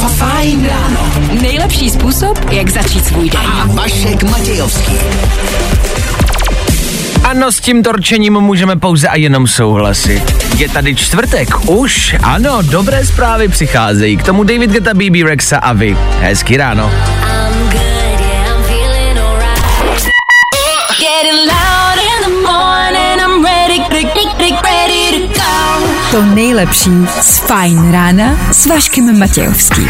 Fajn ráno. Nejlepší způsob, jak začít svůj den. A Vašek Matějovský. Ano, s tím torčením můžeme pouze a jenom souhlasit. Je tady čtvrtek, už, ano, dobré zprávy přicházejí. K tomu David Guetta, BB Rexa a vy. Hezký ráno. To nejlepší z Fajn rána s Vaškem Matějovským.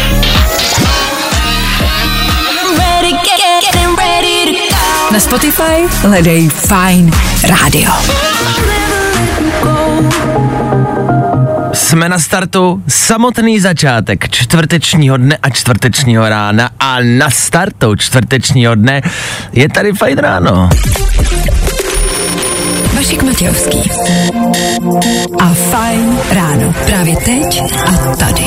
Na Spotify hledej Fajn rádio. Jsme na startu, samotný začátek čtvrtečního dne a čtvrtečního rána a na startu čtvrtečního dne je tady Fajn ráno. Vašek Matějovský a Fajn ráno. Právě teď a tady.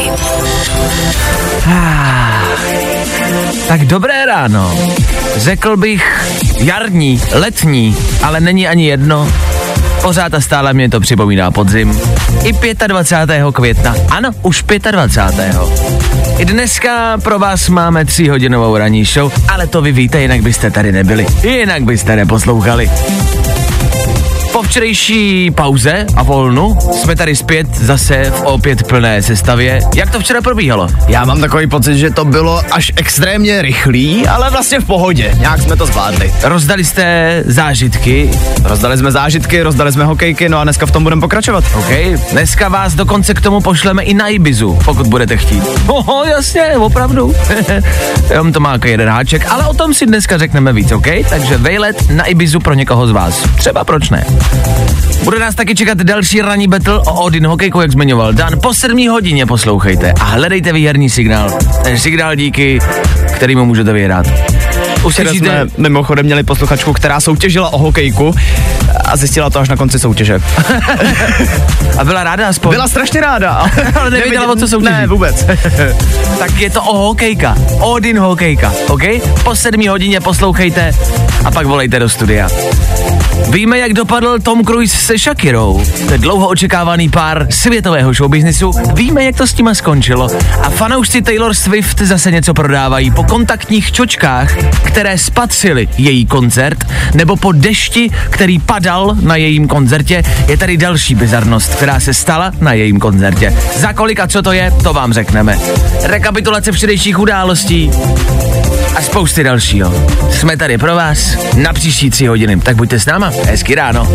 Tak dobré ráno. Řekl bych jarní, letní, ale není ani jedno. Pořád a stále mě to připomíná podzim. I 25. května. Ano, už 25. I dneska pro vás máme 3hodinovou ranní show, ale to vy víte, jinak byste tady nebyli. Jinak byste neposlouchali. Po včerejší pauze a volnu jsme tady zpět zase v opět plné sestavě. Jak to včera probíhalo? Já mám takový pocit, že to bylo až extrémně rychlý, ale vlastně v pohodě. Nějak jsme to zvládli. Rozdali jste zážitky? Rozdali jsme zážitky, rozdali jsme hokejky, no a dneska v tom budeme pokračovat. OK, dneska vás dokonce k tomu pošleme i na Ibizu, pokud budete chtít. Oho, jasně, opravdu. Jenom to má jako jeden háček, ale o tom si dneska řekneme víc, OK? Takže vejlet na Ibizu pro někoho z vás. Třeba proč ne? Bude nás taky čekat další ranní battle o Odin hokejku, jak zmiňoval Dan. Po 7 hodině poslouchejte a hledejte výherní signál. Ten signál díky, kterýmu můžete vyhrát. Uslyšíte? Jsme mimochodem měli posluchačku, která soutěžila o hokejku a zjistila to až na konci soutěže. A byla ráda aspoň? Byla strašně ráda. Ale nevěděla, o co soutěží. Ne, vůbec. Tak je to o hokejka. Odin hokejka, OK? Po 7 hodině poslouchejte a pak volejte do studia. Víme, jak dopadl Tom Cruise se Shakirou. To je dlouho očekávaný pár světového showbiznisu. Víme, jak to s nima skončilo. A fanoušci Taylor Swift zase něco prodávají po kontaktních čočkách, které spatřili její koncert, nebo po dešti, který padal na jejím koncertě. Je tady další bizarnost, která se stala na jejím koncertě. Za kolik a co to je, to vám řekneme. Rekapitulace včerejších událostí a spousty dalšího. Jsme tady pro vás na příští 3 hodiny, tak buďte s náma. Hezký ráno.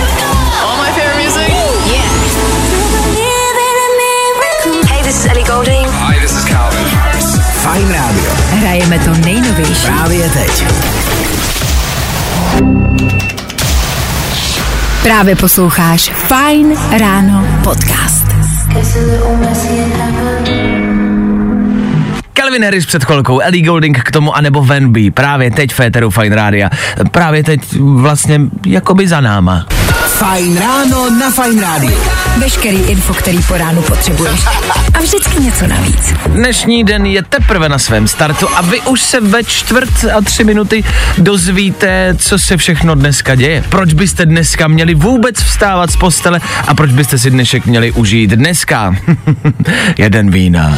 Hey, this is Ellie Goulding. Hi, this is Calvin. Fajn rádio. Hrajeme to nejnovější. Právě teď. Právě posloucháš Fajn ráno podcast. Calvin Harris před chvilkou, Ellie Goulding k tomu, anebo Van B. Právě teď v éteru Fajn rádia. Právě teď vlastně jakoby za náma. Fajn ráno na Fajn rádiu. Veškerý info, který po ránu potřebuješ. A vždycky něco navíc. Dnešní den je teprve na svém startu a vy už se ve 4:03 dozvíte, co se všechno dneska děje. Proč byste dneska měli vůbec vstávat z postele a proč byste si dnešek měli užít dneska. Jeden vína.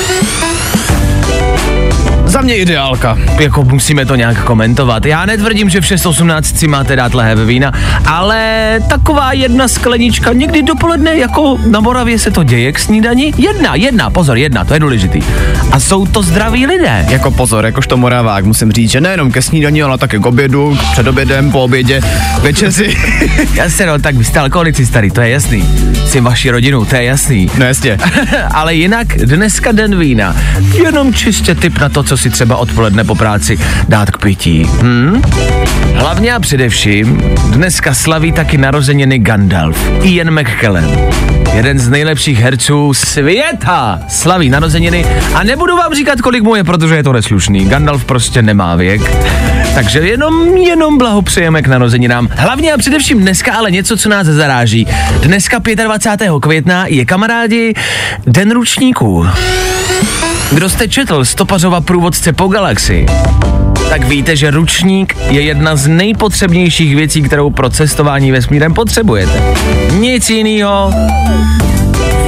Za mě ideálka. Jako musíme to nějak komentovat. Já netvrdím, že v 6:18 si máte dát lahé vína, ale taková jedna sklenička někdy dopoledne, jako na Moravě se to děje k snídani. Jedna, to je důležitý. A jsou to zdraví lidé. Jako pozor, jakožto Moravák musím říct, že nejenom ke snídani, ale také k obědu, před obědem, po obědě, večeři. Jasně, no, tak vy jste alkoholici starý, to je jasný. Jsi vaši rodinu, to je jasný. No jasně. Ale jinak dneska den vína. Jenom čistě tip na to, co si třeba odpoledne po práci dát k pití. Hlavně a především dneska slaví taky narozeniny Gandalf, Ian McKellen. Jeden z nejlepších herců světa slaví narozeniny a nebudu vám říkat, kolik mu je, protože je to neslušný. Gandalf prostě nemá věk. Takže jenom blahopřejeme k narozeninám. Hlavně a především dneska ale něco, co nás zaráží. Dneska 25. května je, kamarádi, Den ručníků. Kdo jste četl Stopařova průvodce po galaxii, tak víte, že ručník je jedna z nejpotřebnějších věcí, kterou pro cestování vesmírem potřebujete. Nic jinýho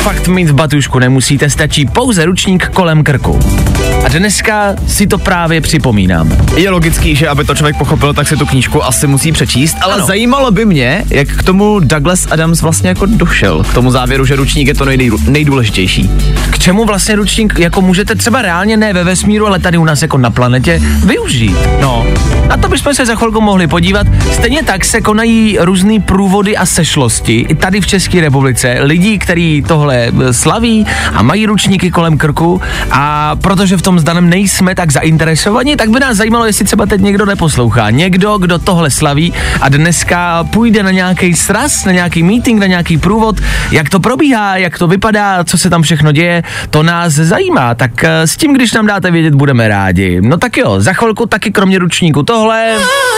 fakt mít v batušku nemusíte, stačí pouze ručník kolem krku. A dneska si to právě připomínám. Je logický, že aby to člověk pochopil, tak si tu knížku asi musí přečíst, ale ano. Zajímalo by mě, jak k tomu Douglas Adams vlastně jako došel, k tomu závěru, že ručník je to nejdůležitější. K čemu vlastně ručník jako můžete třeba reálně ne ve vesmíru, ale tady u nás jako na planetě využít? No, Na to bychom se za chvilku mohli podívat. Stejně tak se konají různý průvody a sešlosti i tady v České republice. Lidí, kteří tohle slaví a mají ručníky kolem krku, a protože v tom zdaném nejsme tak zainteresovaní, tak by nás zajímalo, jestli třeba teď někdo neposlouchá. Někdo, kdo tohle slaví a dneska půjde na nějaký sraz, na nějaký meeting, na nějaký průvod, jak to probíhá, jak to vypadá, co se tam všechno děje, to nás zajímá. Tak s tím, když nám dáte vědět, budeme rádi. No tak jo, za chvilku taky kromě ručníku tohle.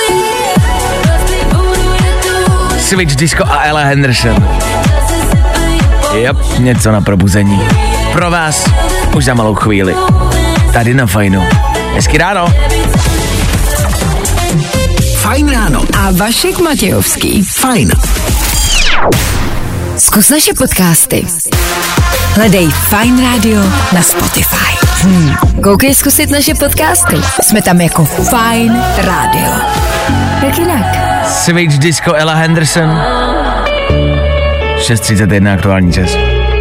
Switch Disco a Ella Henderson. Yep, něco na probuzení. Pro vás už za malou chvíli. Tady na Fajnu. Hezky ráno. Fajn ráno. A Vašek Matějovský. Fajn. Zkus naše podcasty. Hledej Fajn Radio na Spotify. Koukej zkusit naše podcasty. Jsme tam jako Fajn Radio. Jak jinak? Switch Disco Ella Henderson. 6:31 aktuální čas.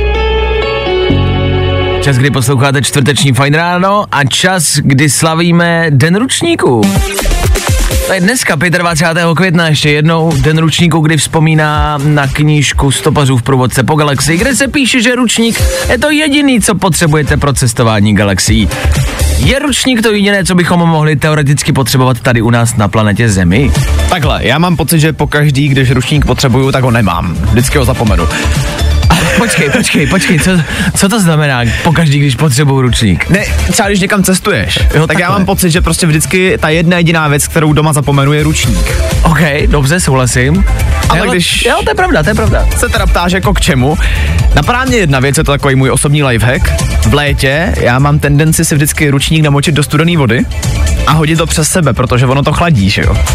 Čas, kdy posloucháte čtvrteční Fajn ráno a čas, kdy slavíme Den ručníků. To je dneska, 25. května, ještě jednou Den ručníku, kdy vzpomíná na knížku Stopařů v průvodce po galaxii, kde se píše, že ručník je to jediný, co potřebujete pro cestování galaxií. Je ručník to jediné, co bychom mohli teoreticky potřebovat tady u nás na planetě Zemi? takhle, já mám pocit, že pokaždý, když ručník potřebuju, tak ho nemám. Vždycky ho zapomenu. Počkej, co to znamená pokaždý, když potřebuju ručník? Ne, třeba když někam cestuješ, Jo, tak já takhle. mám pocit, že prostě vždycky ta jedna jediná věc, kterou doma zapomenu, je ručník. OK, dobře, souhlasím. Ale Hele, když- Jo, to je pravda. Se teda ptáš jako k čemu. Napadá mě jedna věc, je to takový můj osobní lifehack. V létě já mám tendenci si vždycky ručník namočit do studené vody a hodit to přes sebe, protože ono to chladí, že jo.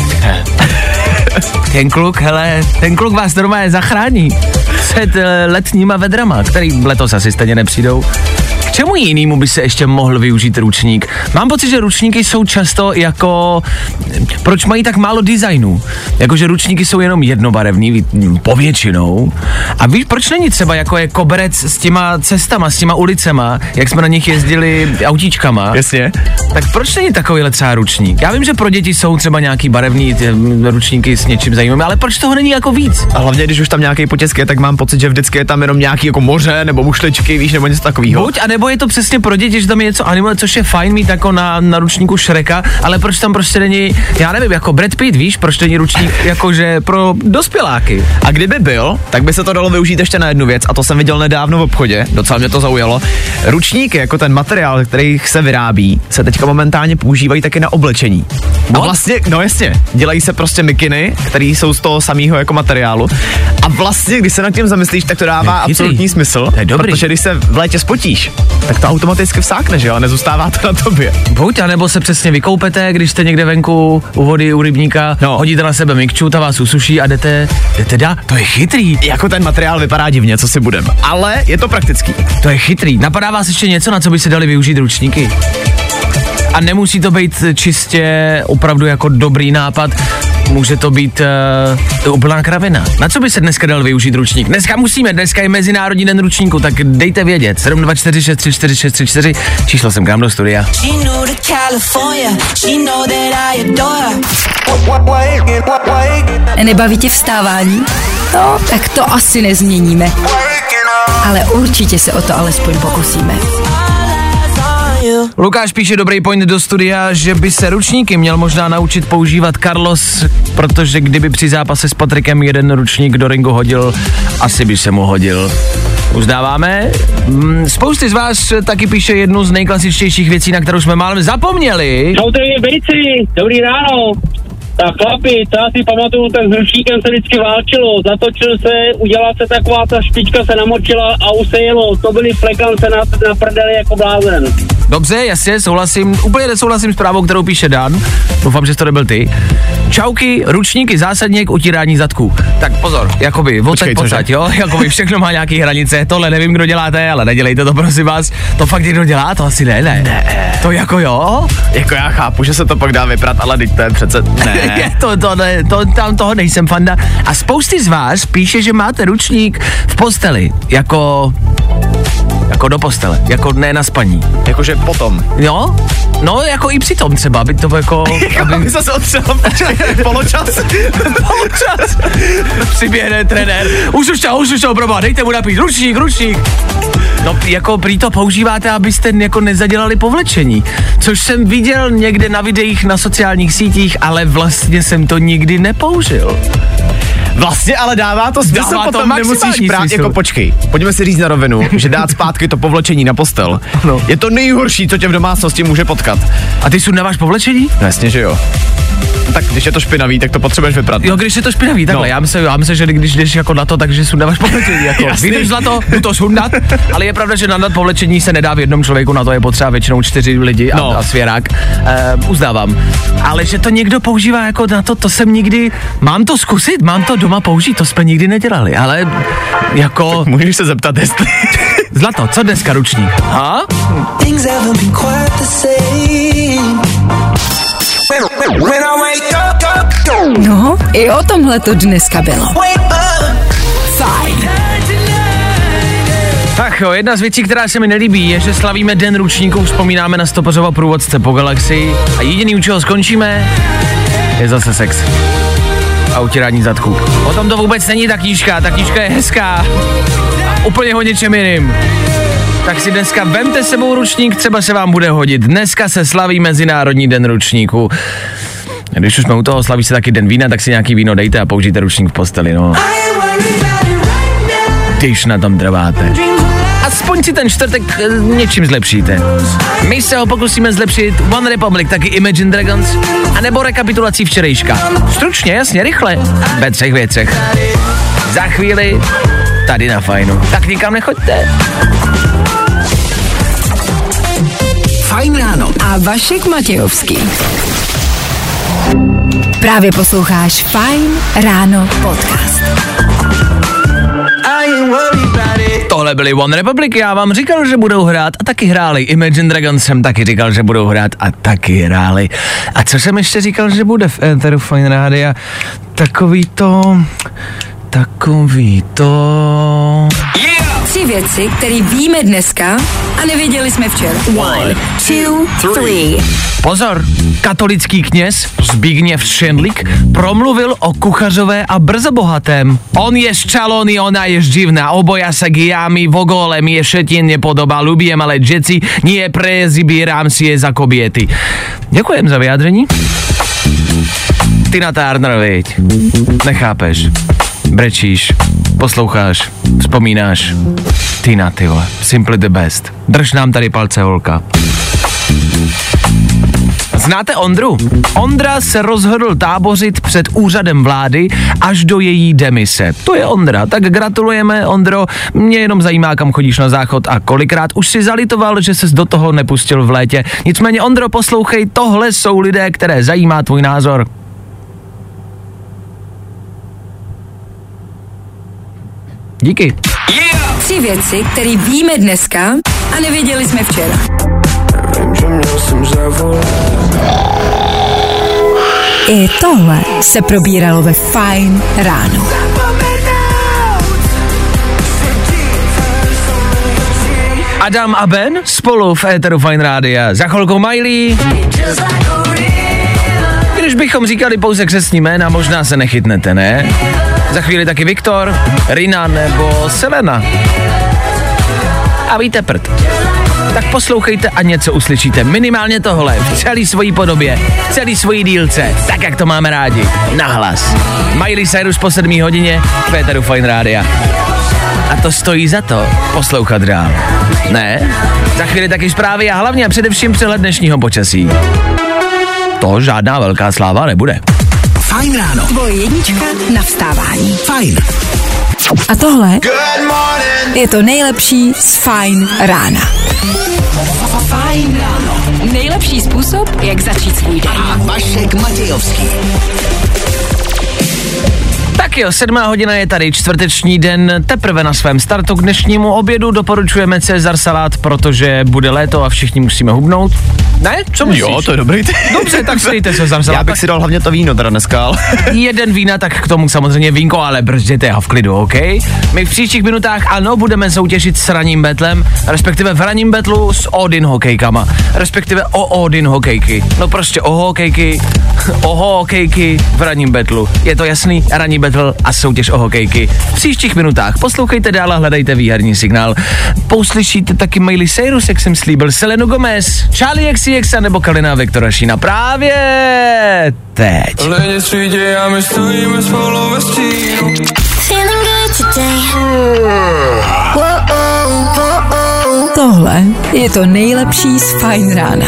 Ten kluk vás normálně zachrání před letníma vedrama, který letos asi stejně nepřijdou. K čemu jinému by se ještě mohl využít ručník? Mám pocit, že ručníky jsou často jako... Proč mají tak málo designů? Jakože ručníky jsou jenom jednobarevný, povětšinou. A víš, proč není třeba jako je koberec s těma cestama, s těma ulicema, jak jsme na nich jezdili autíčkama? Jasně. Tak proč není takovýhle třeba ručník? Já vím, že pro děti jsou třeba nějaký barevný ručníky s něčím zajímavým, ale proč toho není jako víc? A hlavně, když už tam nějaký potisk je, tak mám pocit, že vždycky je tam jenom nějaký jako moře nebo mušličky, víš, nebo něco takového. Buď, anebo je to přesně pro děti, že tam je něco anime, což je fajn mít jako na ručníku Shreka, ale proč tam prostě není, já nevím, jako Brad Pitt, víš, proč není ručník jakože pro dospěláky? A kdyby byl, tak by se to dalo využít ještě na jednu věc, a to jsem viděl nedávno v obchodě, docela mě to zaujalo. Ručníky, jako ten materiál, který se vyrábí, se teďka momentálně používají taky na oblečení. A vlastně, no jasně, dělají se prostě mikiny, které jsou z toho samého jako materiálu. A vlastně, když se nad tím zamyslíš, tak to dává chytrý. absolutní smysl, To je dobrý. protože když se v létě spotíš, tak to automaticky vsákne, že jo, a nezůstává to na tobě. Buď, anebo se přesně vykoupete, když jste někde venku u vody, u rybníka, No. hodíte na sebe mikču, ta vás usuší a jdete dál. To je chytrý. Jako ten materiál vypadá divně, co si budem, ale je to praktický. To je chytrý. Napadá vás ještě něco, na co by se dali využít ručníky? A nemusí to být čistě opravdu jako dobrý nápad, může to být úplná kravina. Na co by se dneska dal využít ručník? Dneska je Mezinárodní den ručníku, tak dejte vědět. 724634634, číslo jsem k nám do studia. Nebaví tě vstávání? No, tak to asi nezměníme. Ale určitě se o to alespoň pokusíme. Lukáš píše dobrý point do studia, že by se ručníky měl možná naučit používat Carlos, protože kdyby při zápase s Patrikem jeden ručník do ringu hodil, asi by se mu hodil. Uznáváme? Spousty z vás taky píše jednu z nejklasičtějších věcí, na kterou jsme málem zapomněli. Čau, tady je Bejci, dobrý ráno. Tak chlapi, co já si pamatuju, tak s Hrušíkem se vždycky válčilo, zatočil se, udělala se taková ta špička, se namočila a už se jelo, to byly flekance na prdeli jako blázen. Dobře, jasně, souhlasím, úplně nesouhlasím s právou, kterou píše Dan, doufám, že to nebyl ty. Čauky, ručníky, zásadně k utírání zadků. Tak pozor, jakoby, odsaď pocať, jo, jakoby všechno má nějaký hranice, tohle nevím, kdo děláte, ale nedělejte to, prosím vás, to fakt někdo dělá, to asi ne. To jako jo? Jako já chápu, že se to pak dá vyprat, ale teď to je přece ne. Tam toho nejsem fanda. A spousty z vás píše, že máte ručník v posteli, jako do postele, jako ne na spaní. Jakože potom. Jo? No, jako i přitom třeba, aby to jako... aby se otřel, poločas. Přiběhne trenér. Už to, proba, dejte mu napít, ručník. No, jako prý to používáte, abyste jako nezadělali povlečení. Což jsem viděl někde na videích na sociálních sítích, ale vlastně jsem to nikdy nepoužil. Vlastně, ale dává to smysl, potom nemusíš brát, jako počkej, pojďme si říct na rovinu, že dát zpátky to povlečení na postel je to nejhorší, co tě v domácnosti může potkat. A ty sundáváš povlečení? No, jasně, že jo. Tak když je to špinavý, tak to potřebuješ vyprat. Jo, když je to špinavý, takhle. No. Já myslím, že když jdeš jako na to, takže sundáváš povlečení. Jako. Vydrž zlato, jdu to sundat, ale je pravda, že nadat povlečení se nedá v jednom člověku, na to je potřeba většinou 4 lidi a svěrák. Uznávám. Ale že to někdo používá jako na to jsem nikdy, mám to zkusit, mám to doma použít, to jsme nikdy nedělali, ale jako... Tak můžeš se zeptat, jestli... Zlato, co dneska ručník? Ha? No, i o tomhle to dneska bylo. Fajn. Tak jo, jedna z věcí, která se mi nelíbí, je, že slavíme Den ručníků, vzpomínáme na stopařova průvodce po galaxii a jediný, u čeho skončíme, je zase sex. A utírání zadků. O tom to vůbec není ta knížka je hezká. Úplně o něčem jiným. Tak si dneska vemte sebou ručník, třeba se vám bude hodit. Dneska se slaví Mezinárodní den ručníků. Když už jsme u toho, slaví se taky den vína, tak si nějaký víno dejte a použijte ručník v posteli, no. Když na tom trváte. Aspoň si ten čtvrtek něčím zlepšíte. My se ho pokusíme zlepšit One Republic, taky Imagine Dragons, anebo rekapitulací včerejška. Stručně, jasně, rychle. Ve 3 věcech. Za chvíli tady na Fajnu. Tak nikam nechoďte. Fajn ráno. A Vašek Matějovský. Právě posloucháš Fajn ráno podcast. Tohle byli One Republic, já vám říkal, že budou hrát a taky hráli. Imagine Dragons jsem taky říkal, že budou hrát a taky hráli. A co jsem ještě říkal, že bude v éteru Fajn rádia? Takový to... 3 věci, které víme dneska a nevěděli jsme včera. 1, 2, 3. Pozor, katolický kněz Zbigněv Šendlik promluvil o kuchařové a brzobohatém. On je ščalony, ona je divná, oboja sa gijami, vogole mi je šetin nepodobá, ľubiem ale džeci, nie prezibírám si je za kobiety. Děkujem za vyjádření. Tina Turner, viď? Nechápeš. Brečíš, posloucháš, vzpomínáš. Tina, ty vole, simply the best. Drž nám tady palce, holka. Znáte Ondru? Ondra se rozhodl tábořit před úřadem vlády až do její demise. To je Ondra, tak gratulujeme, Ondro. Mě jenom zajímá, kam chodíš na záchod a kolikrát už si zalitoval, že ses do toho nepustil v létě. Nicméně, Ondro, poslouchej, tohle jsou lidé, které zajímá tvůj názor. Díky. 3 věci, které víme dneska a nevěděli jsme včera. I tohle se probíralo ve Fajn ráno. Adam a Ben spolu v éteru Fajn rádia. Za chvilkou Miley. Když bychom říkali pouze křestní jména, možná se nechytnete, ne? Za chvíli taky Viktor, Rina nebo Selena. A víte prd. Tak poslouchejte a něco uslyšíte. Minimálně tohle, v celé svojí podobě, v celé svojí dílce, tak jak to máme rádi. Nahlas. Miley Cyrus po 7 hodině v éteru Fajn rádia. A to stojí za to poslouchat dál. Ne? Za chvíli taky zprávy a hlavně a především přehled dnešního počasí. To žádná velká sláva nebude. Fajn ráno. Tvoje jednička na vstávání. Fajn. A tohle je to nejlepší z Fajn rána. Fajn ráno. Nejlepší způsob, jak začít svůj den. A Vašek Matějovský. Tak jo, 7 hodina je tady, čtvrteční den, teprve na svém startu k dnešnímu obědu doporučujeme Cezar salát, protože bude léto a všichni musíme hubnout. Ne? Co myslíš? Jo, to je dobrý. Dobře, tak si dejte Cezar salát. Já bych si dal hlavně to víno teda dneska. Jeden vína, tak k tomu samozřejmě vínko, ale brzděte ho v klidu, OK? My v příštích minutách ano, budeme soutěžit s ranním betlem, respektive v ranním betlu s Odin hokejkama, respektive o Odin hokejky. No prostě o hokejky v ranním betlu. Je to jasný? Ranní betl a soutěž o hokejky. V příštích minutách poslouchejte dál a hledejte výherní signál. Pouslyšíte taky Miley Cyrus, jak jsem slíbil, Selenu Gomez, Charlie XCX nebo Kalina Viktora Šína právě teď. Tohle je to nejlepší z Fajn rána.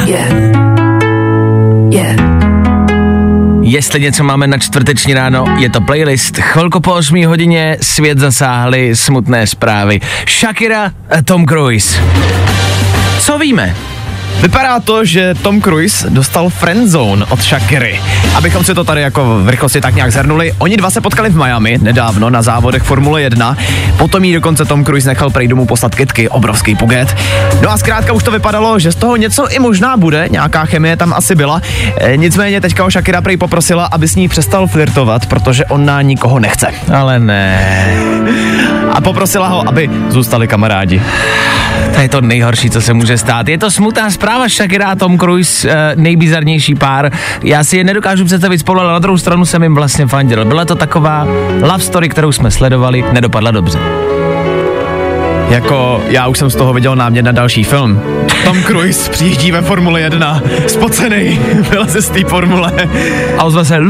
Jestli něco máme na čtvrteční ráno, je to playlist. Chvilku po 8 hodině svět zasáhly smutné zprávy. Shakira a Tom Cruise. Co víme? Vypadá to, že Tom Cruise dostal friendzone od Shakiry. Abychom si to tady jako v rychlosti tak nějak zhrnuli, oni dva se potkali v Miami nedávno na závodech Formule 1, potom jí dokonce Tom Cruise nechal prej domů poslat kytky, obrovský puget. No a zkrátka už to vypadalo, že z toho něco i možná bude, nějaká chemie tam asi byla, nicméně teďka ho Shakira prej poprosila, aby s ní přestal flirtovat, protože on na nikoho nechce. Ale ne. A poprosila ho, aby zůstali kamarádi. To je to nejhorší, co se může stát. Je to smutná zpráva, Shakira a Tom Cruise, nejbizarnější pár. Já si je nedokážu představit spolu, ale na druhou stranu jsem jim vlastně fandil. Byla to taková love story, kterou jsme sledovali, nedopadla dobře. Jako, já už jsem z toho viděl námět na další film. Tom Cruise přijíždí ve Formule 1, spocenej, vyleze z té formule. A ozve se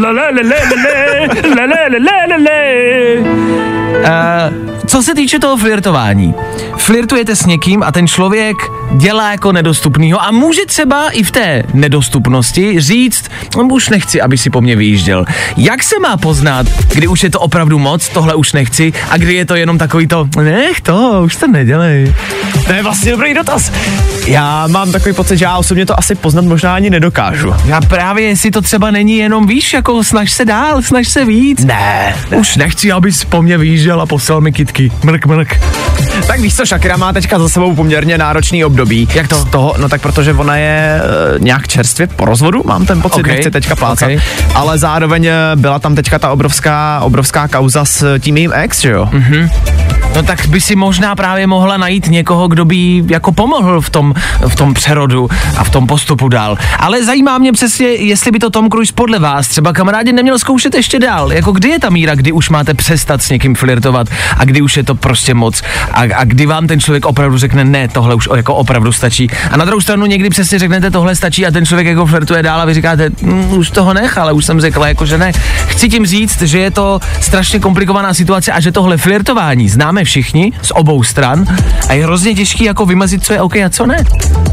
co se týče toho flirtování, flirtujete s někým a ten člověk dělá jako nedostupnýho a může třeba i v té nedostupnosti říct, už nechci, aby si po mně vyjížděl. Jak se má poznat, kdy už je to opravdu moc, tohle už nechci, a kdy je to jenom takový to, nech to, už to nedělej. To je vlastně dobrý dotaz. Já mám takový pocit, že já osobně to asi poznat možná ani nedokážu. Já právě, jestli to třeba není jenom, víš, jako snaž se dál, snaž se víc. Ne. Už nechci, abys po mně vyjížděl a poslal mi kytky. Mrk. Tak víš co, Shakira má teďka za sebou poměrně náročný období. Jak to? Z toho, no tak protože ona je nějak čerstvě po rozvodu, mám ten pocit, nechci teďka plácat. Ale zároveň byla tam teďka ta obrovská kauza s tím jejím ex, že jo? Mhm. No tak by si možná právě mohla najít někoho, kdo by jí jako pomohl v tom přerodu a v tom postupu dál. Ale zajímá mě přesně, jestli by to Tom Cruise podle vás třeba kamarádi neměl zkoušet ještě dál. Jako kdy je ta míra, kdy už máte přestat s někým flirtovat a kdy už je to prostě moc a kdy vám ten člověk opravdu řekne ne, tohle už jako opravdu stačí. A na druhou stranu někdy přesně řeknete tohle stačí a ten člověk jako flirtuje dál a vy říkáte už toho nech, ale už jsem řekla jako že ne. Chci tím říct, že je to strašně komplikovaná situace a že tohle flirtování známe všichni z obou stran a je hrozně těžký jako vymezit, co je OK a co ne.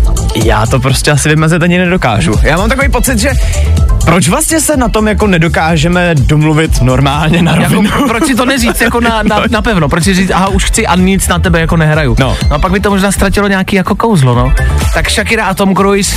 Já to prostě asi vymezit ani nedokážu. Já mám takový pocit, že proč vlastně se na tom jako nedokážeme domluvit normálně na rovinu? Jako, proč si to neříct jako na pevno? Proč si říct, aha, už chci a nic na tebe jako nehraju? No a pak by to možná ztratilo nějaký jako kouzlo, no. Tak Shakira a Tom Cruise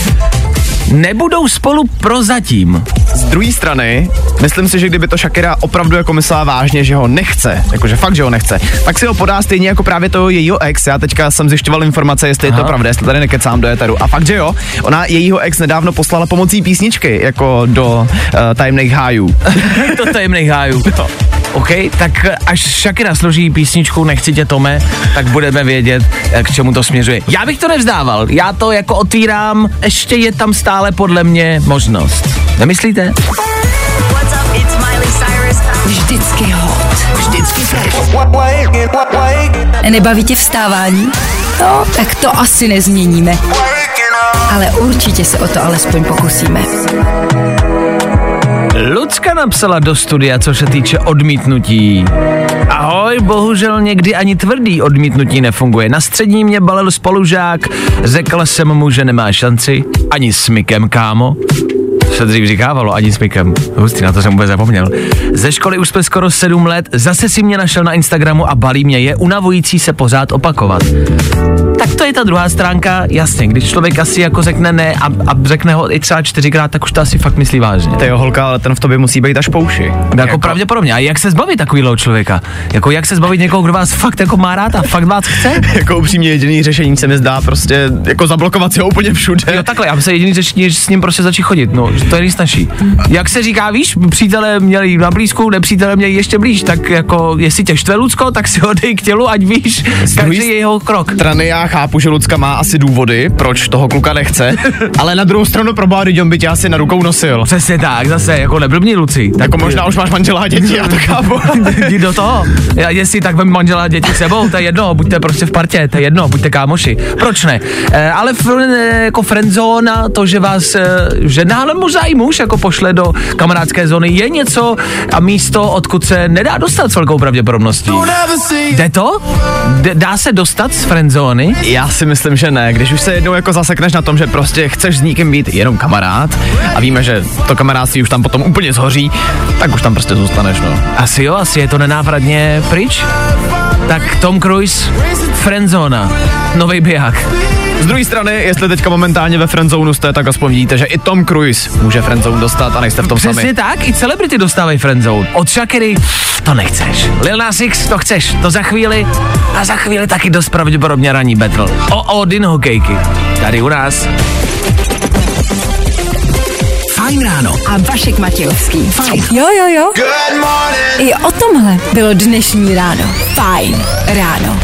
nebudou spolu prozatím. Z druhé strany, myslím si, že kdyby to Shakira opravdu jako myslela vážně, že ho nechce, jakože fakt, že ho nechce, tak si ho podá stejně jako právě toho jejího ex. Já teďka jsem zjišťoval informace, jestli je to pravda, jestli tady nekecám do éteru. A fakt, že jo, ona jejího ex nedávno poslala pomocí písničky, jako do tajemných hájů. Do tajemných hájů. No. OK, tak až Shakira složí písničku Nechci tě, Tome, tak budeme vědět, k čemu to směřuje. Já bych to nevzdával, já to jako otvírám, ještě je tam stále podle mě možnost. Nemyslíte? What's up, it's Miley Cyrus. Vždycky hot. Vždycky fresh. Nebaví tě vstávání? No, tak to asi nezměníme. Ale určitě se o to alespoň pokusíme. Lucka napsala do studia, co se týče odmítnutí. Ahoj, bohužel někdy ani tvrdý odmítnutí nefunguje. Na střední mě balil spolužák, řekla jsem mu, že nemá šanci, ani s Mikem, kámo. se dřív říkávalo, ani s Mikem. Hustý, na to jsem vůbec zapomněl. Ze školy už jsme skoro 7 let, zase si mě našel na Instagramu a balí mě, je unavující se pořád opakovat. Tak to je ta druhá stránka, jasně, když člověk asi jako řekne ne a řekne ho i třeba 4krát, tak už to asi fakt myslí vážně. Ty jo, holka, ale ten v tobě musí být až po uši. Jako pravděpodobně. A jak se zbavit takovýhle člověka? Jako jak se zbavit někoho, kdo vás fakt jako má rád a fakt vás chce? Jako upřímně jediný řešení se mi zdá prostě jako zablokovat si ho úplně všude. Jo, takhle, já bych se jediný řešení, že s ním prostě začít chodit, no, že to je nejsnažší. Jak se říká, víš, přátelé měli na blízku, nepřítelé měli ještě blíž, tak jako jestli tě štve Lucko, tak si ho dej k tělu, ať víš, každý je jeho krok. Strany já chápu, že Lucka má asi důvody, proč toho kluka nechce, ale na druhou stranu pro bády by tě asi na rukou nosil. Přesně tak, zase, jako neblbni, Luci. Tak jako možná už máš manžela a děti, já to chápu. Jdi do toho. Jestli tak vem manžela a děti sebou, to je jedno, buďte prostě v partě, to je jedno, buďte kámoši. Proč ne? Ale jako friendzona, to, že vás žena, ale možná i muž jako pošle do kamarádské zóny, je něco a místo, odkud se nedá dostat s velkou pravděpodobností. Jde to? Dá se dostat z friendzóny? Já si myslím, že ne. Když už se jednou jako zasekneš na tom, že prostě chceš s někým být jenom kamarád a víme, že to kamarádství už tam potom úplně zhoří, tak už tam prostě zůstaneš, no. Asi jo, asi je to nenávratně pryč. Tak Tom Cruise, friendzóna, novej biják. Z druhé strany, jestli teďka momentálně ve friendzónu jste, tak aspoň vidíte, že i Tom Cruise může friendzone dostat a nejste v tom sami. Přesně tak, i celebrity dostávají friendzone. Od Shakiry to nechceš. Lil Nas X to chceš, to za chvíli a za chvíli taky dost pravděpodobně ranní battle. O Odin hokejky. Tady u nás. Fajn ráno. A Vašek Matějovský. Fajn. Jo. I o tomhle bylo dnešní ráno. Fajn ráno.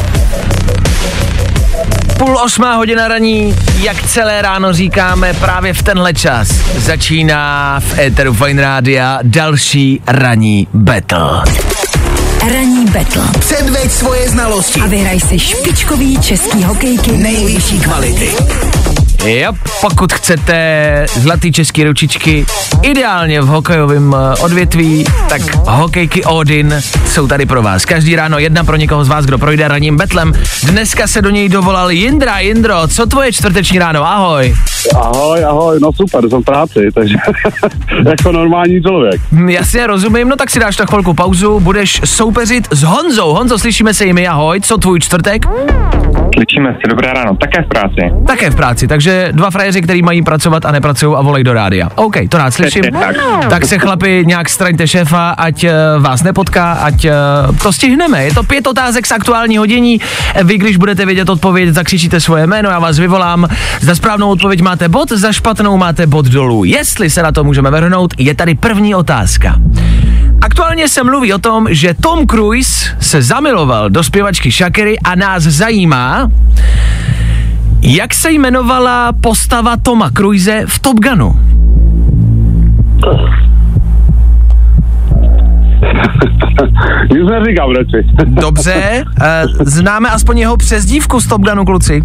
7:30 raní, jak celé ráno říkáme, právě v tenhle čas začíná v éteru Fajn Rádia další ranní battle. Ranní battle. Předveď svoje znalosti. A vyhraj si špičkový český hokejky Nejvyšší kvality. Jo, pokud chcete zlatý český ručičky, ideálně v hokejovém odvětví, tak hokejky Odin jsou tady pro vás. Každý ráno jedna pro někoho z vás, kdo projde ranním betlem. Dneska se do něj dovolal Jindra. Jindro, co tvoje čtvrteční ráno? Ahoj. Ahoj, no super, jsem v práci, takže jako normální člověk. Jasně, rozumím, no tak si dáš na chvilku pauzu, budeš soupeřit s Honzou. Honzo, slyšíme se jimi, ahoj, co tvůj čtvrtek? Slyšíme se, dobré ráno, také v práci. Také v práci, takže dva frajeři, který mají pracovat a nepracují a volej do rádia. OK, to rád slyším. Tak se chlapi nějak straňte šéfa, ať vás nepotká, ať to stihneme. Je to 5 otázek z aktuálního dění. Vy, když budete vědět odpověď, zakřičíte svoje jméno, já vás vyvolám. Za správnou odpověď máte bod, za špatnou máte bod dolů. Jestli se na to můžeme vrhnout, je tady první otázka. Aktuálně se mluví o tom, že Tom Cruise se zamiloval do zpěvačky Shakiry a nás zajímá, jak se jmenovala postava Toma Cruise v Top Gunu. Nic neříkám radši. Dobře, známe aspoň jeho přezdívku z Top Gunu, kluci?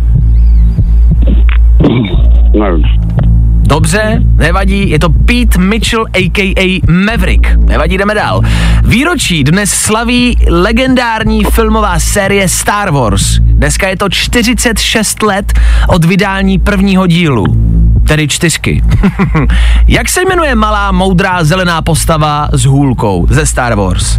Nevím. Dobře, nevadí, je to Pete Mitchell a.k.a. Maverick. Nevadí, jdeme dál. Výročí dnes slaví legendární filmová série Star Wars. Dneska je to 46 let od vydání prvního dílu. Tedy 4. Jak se jmenuje malá, moudrá, zelená postava s hůlkou ze Star Wars?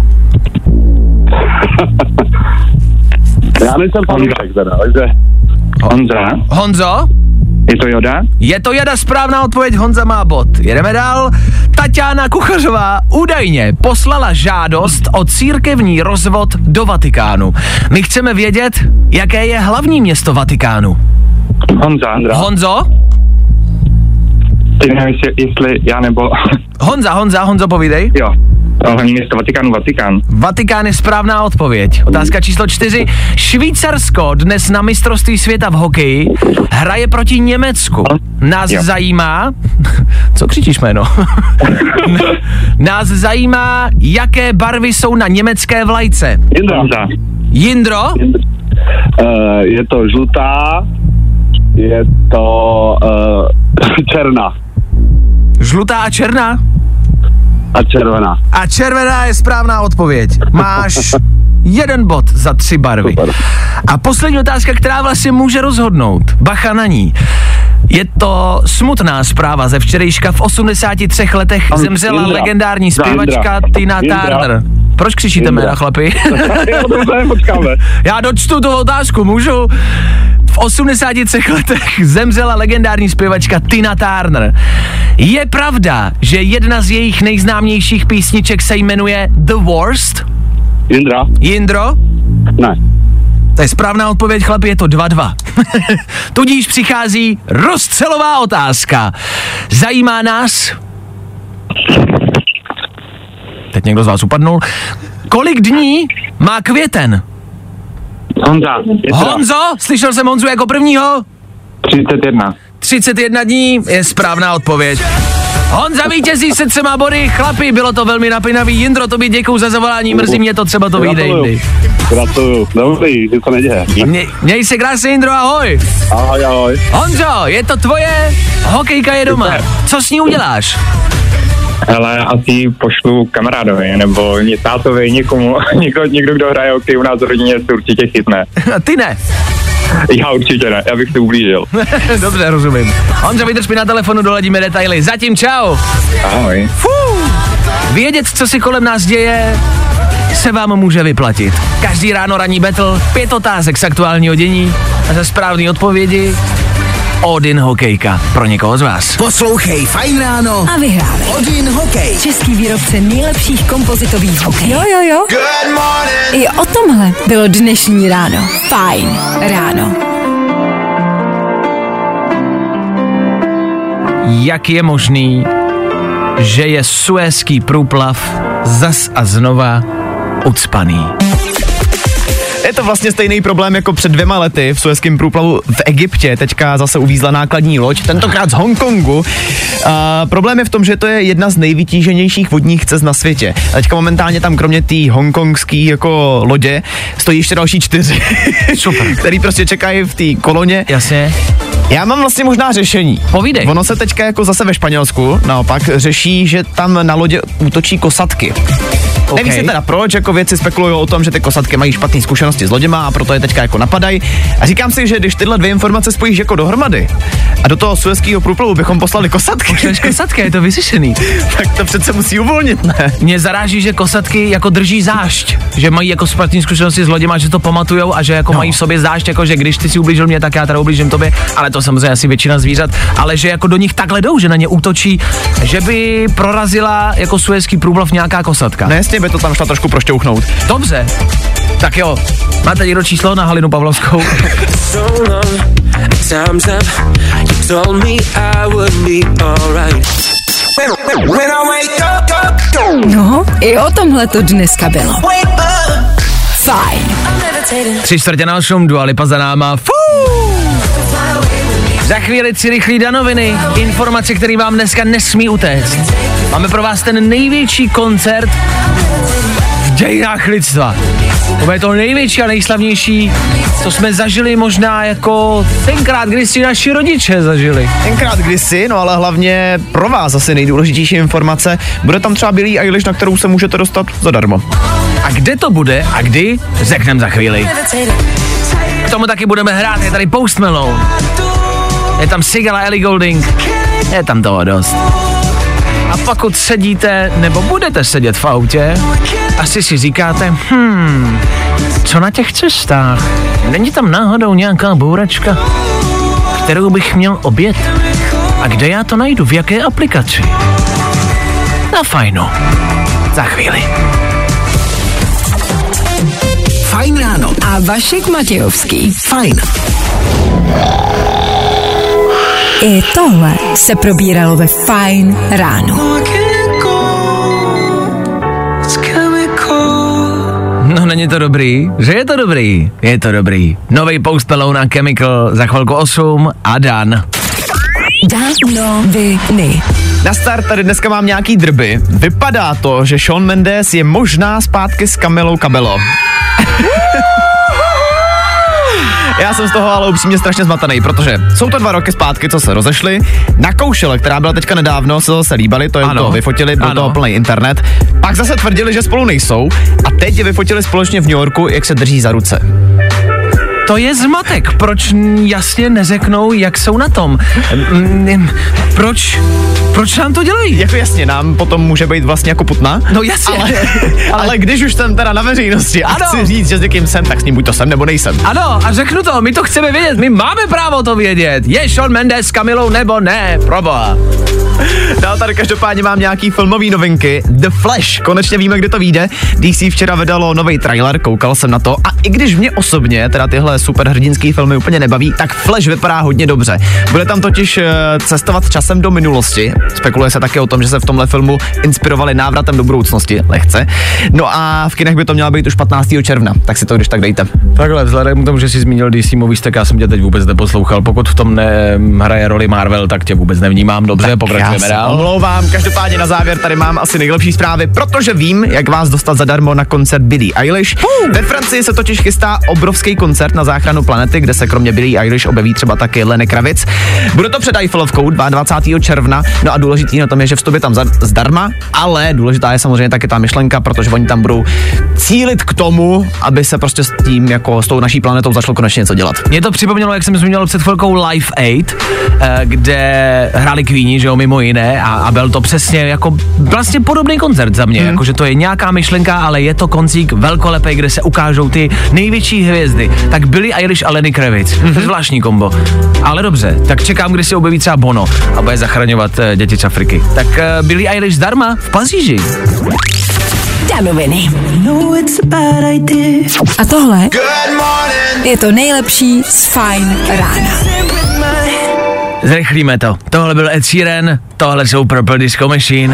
Já nejsem fanoušek teda, takže... Honzo? Je to Yoda? Je to Yoda, správná odpověď, Honza má bod. Jedeme dál. Tatiana Kuchařová údajně poslala žádost o církevní rozvod do Vatikánu. My chceme vědět, jaké je hlavní město Vatikánu. Honzo? Ty nevím, jestli já nebo... Honzo, povídej. Jo. Hlavní město Vatikán. Vatikán je správná odpověď. Otázka číslo 4. Švýcarsko dnes na mistrovství světa v hokeji hraje proti Německu. Nás zajímá... Co křičíš, jméno? Nás zajímá, jaké barvy jsou na německé vlajce. Jindro? Je to žlutá, je to černá. Žlutá a černá? A červená. A červená je správná odpověď. Máš 1 bod za 3 barvy. Super. A poslední otázka, která vlastně může rozhodnout. Bacha na ní. Je to smutná zpráva ze včerejška. V 83 letech zemřela legendární zpěvačka Tina Turner. Proč křičíte jména, chlapi? Já dočtu tu otázku, můžu? V 83 letech zemřela legendární zpěvačka Tina Turner. Je pravda, že jedna z jejich nejznámějších písniček se jmenuje The Worst? Jindro? Ne. To je správná odpověď, chlapi, je to 2-2. Tudíž přichází rozstřelová otázka. Zajímá nás... Teď někdo z vás upadnul. Kolik dní má květen? Honzo? Slyšel jsem Honzu jako prvního? 31. 31 dní je správná odpověď. Honza vítězí se 3 body, chlapi, bylo to velmi napínavý. Jindro, tobě děkuju za zavolání, mrzí mě to, třeba to vyjde jindy. Gratuluju, dobrý, že to neděje. Měj se krásně, Jindro, ahoj. Ahoj. Honzo, je to tvoje, hokejka je doma. Co s ní uděláš? Ale asi pošlu kamarádovi, nebo tátovi, někomu, někdo, kdo hraje hokej u nás v rodině, se určitě chytne. A ty ne? Já určitě ne, já bych si ublížil. Dobře, rozumím. Honzo, vydrž mi na telefonu, doladíme detaily. Zatím čau. Ahoj. Vědět, co si kolem nás děje, se vám může vyplatit. Každý ráno ranní battle, 5 otázek z aktuálního dění a ze správné odpovědi Odin hokejka pro někoho z vás. Poslouchej Fajn ráno A vyhrávej. Odin hokej. Český výrobce nejlepších kompozitových hokejů. Jo. I o tomhle bylo dnešní ráno. Fajn ráno. Jak je možný, že je Suezský průplav zas a znova ucpaný? Je to vlastně stejný problém jako před 2 lety v Suezském průplavu v Egyptě. Teďka zase uvízla nákladní loď, tentokrát z Hongkongu. Problém je v tom, že to je jedna z nejvytíženějších vodních cest na světě. Teďka momentálně tam kromě té hongkongský jako lodě stojí ještě další 4. Super. Který prostě čekají v té koloně. Jasně. Já mám vlastně možná řešení. Povídej. Ono se teďka jako zase ve Španělsku naopak řeší, že tam na lodě útočí kosatky. Okay. Neví se teda proč, jako vědci spekulují o tom, že ty kosatky mají špatné zkušenosti s loděma a proto je teďka jako napadají. A říkám si, že když tyhle 2 informace spojíš jako dohromady a do toho Suezského průplavu bychom poslali kosatky. Pošleš kosatky, je to vyřešený. Tak to přece musí uvolnit, ne? Mě zaráží, že kosatky jako drží zášť, že mají jako špatné zkušenosti s loděma, že to pamatujou a že jako mají v sobě zášť, jako že když ty si ublížil mě, tak já teda ublížím tobě, ale to samozřejmě asi většina zvířat, ale že jako do nich takhle jdou, že na ně útočí, že by prorazila jako Suezský průplav nějaká kosatka. No jasně, by to tam šla trošku prošťouchnout. Dobře. Tak jo, máte někdo číslo na Halinu Pavlovskou? No, i o tomhle to dneska bylo. Fajn. 7:45, Dua Lipa za náma. Za chvíli 3 rychlý danoviny, informace, které vám dneska nesmí utéct. Máme pro vás ten největší koncert v dějinách lidstva. To je to největší a nejslavnější, co jsme zažili možná jako tenkrát, když si naši rodiče zažili. Tenkrát kdysi, no ale hlavně pro vás asi nejdůležitější informace. Bude tam třeba Billie Eilish, na kterou se můžete dostat zadarmo. A kde to bude a kdy, řekneme za chvíli. K tomu taky budeme hrát, je tady Post Malone. Je tam Sigala, Ellie Goulding, je tam toho dost. A pokud sedíte, nebo budete sedět v autě, asi si říkáte, co na těch cestách? Není tam náhodou nějaká bouračka, kterou bych měl objet? A kde já to najdu? V jaké aplikaci? Na Fajnu. Za chvíli. Fajn ráno. A Vašek Matějovský. Fajn. I tohle se probíralo ve Fajn ráno. No není to dobrý, že je to dobrý, je to dobrý. Novej Post Malone a Chemical za chvilku 8 a Dan. Danoviny. Na start tady dneska mám nějaký drby. Vypadá to, že Shawn Mendes je možná zpátky s Camilou Cabello. Já jsem z toho ale upřímně strašně zmatený, protože jsou to 2 roky zpátky, co se rozešli. Na koušele, která byla teďka nedávno, se zase líbali, to je to vyfotili, byl to plný internet. Pak zase tvrdili, že spolu nejsou a teď je vyfotili společně v New Yorku, jak se drží za ruce. To je zmatek. Proč jasně neřeknou, jak jsou na tom? Proč nám to dělají? Jako jasně, nám potom může být vlastně jako putna. No jasně. Ale když už jsem teda na veřejnosti a chci říct, že s někým jsem, tak s ním buď to jsem, nebo nejsem. Ano, a řeknu to, my to chceme vědět, my máme právo to vědět. Je Shawn Mendes s Camilou nebo ne, proboha. No, tady každopádně mám nějaký filmový novinky. The Flash, konečně víme, kdy to vyjde. DC včera vydalo nový trailer, koukal jsem na to a i když mě osobně teda tyhle superhrdinský filmy úplně nebaví, tak Flash vypadá hodně dobře. Bude tam totiž cestovat časem do minulosti. Spekuluje se také o tom, že se v tomhle filmu inspirovali návratem do budoucnosti, lehce. No a v kinech by to mělo být už 15. června, tak si to když tak dejte. Takhle, vzhledem k tomu, že jsi zmínil DC Movies, tak já jsem tě teď vůbec neposlouchal. Pokud v tom hraje roli Marvel, tak tě vůbec nevnímám. Dobře, pokračujeme dál. Omlouvám, každopádně na závěr tady mám asi nejlepší zprávy, protože vím, jak vás dostat zadarmo na koncert Billie Eilish. Ve Francii se totiž chystá obrovský koncert na záchranu planety, kde se kromě Billie Eilish objeví třeba taky Lenny Kravitz. Bude to před Eiffelovkou 22. června, no a důležitý na tom je, že vstup je tam zdarma, ale důležitá je samozřejmě taky ta myšlenka, protože oni tam budou cílit k tomu, aby se prostě s tím, jako s tou naší planetou začalo konečně něco dělat. Mě to připomnělo, jak jsem zmínil před chvilkou Live Aid, kde hráli Queeni, že jo, mimo jiné, a byl to přesně jako vlastně podobný koncert za mě, jakože to je nějaká myšlenka, ale je to koncík velkolepý, kde se ukážou ty největší hvězdy. Tak Billie Eilish a Lenny Kravitz. Zvláštní kombo. Ale dobře, tak čekám, kdy se objeví třeba Bono a bude zachraňovat děti z Afriky. Tak Billie Eilish zdarma v Paříži. Danoviny. A tohle je to nejlepší z Fajn rána. Zrychlíme to. Tohle byl Ed Sheeran, tohle jsou Purple Disco Machine.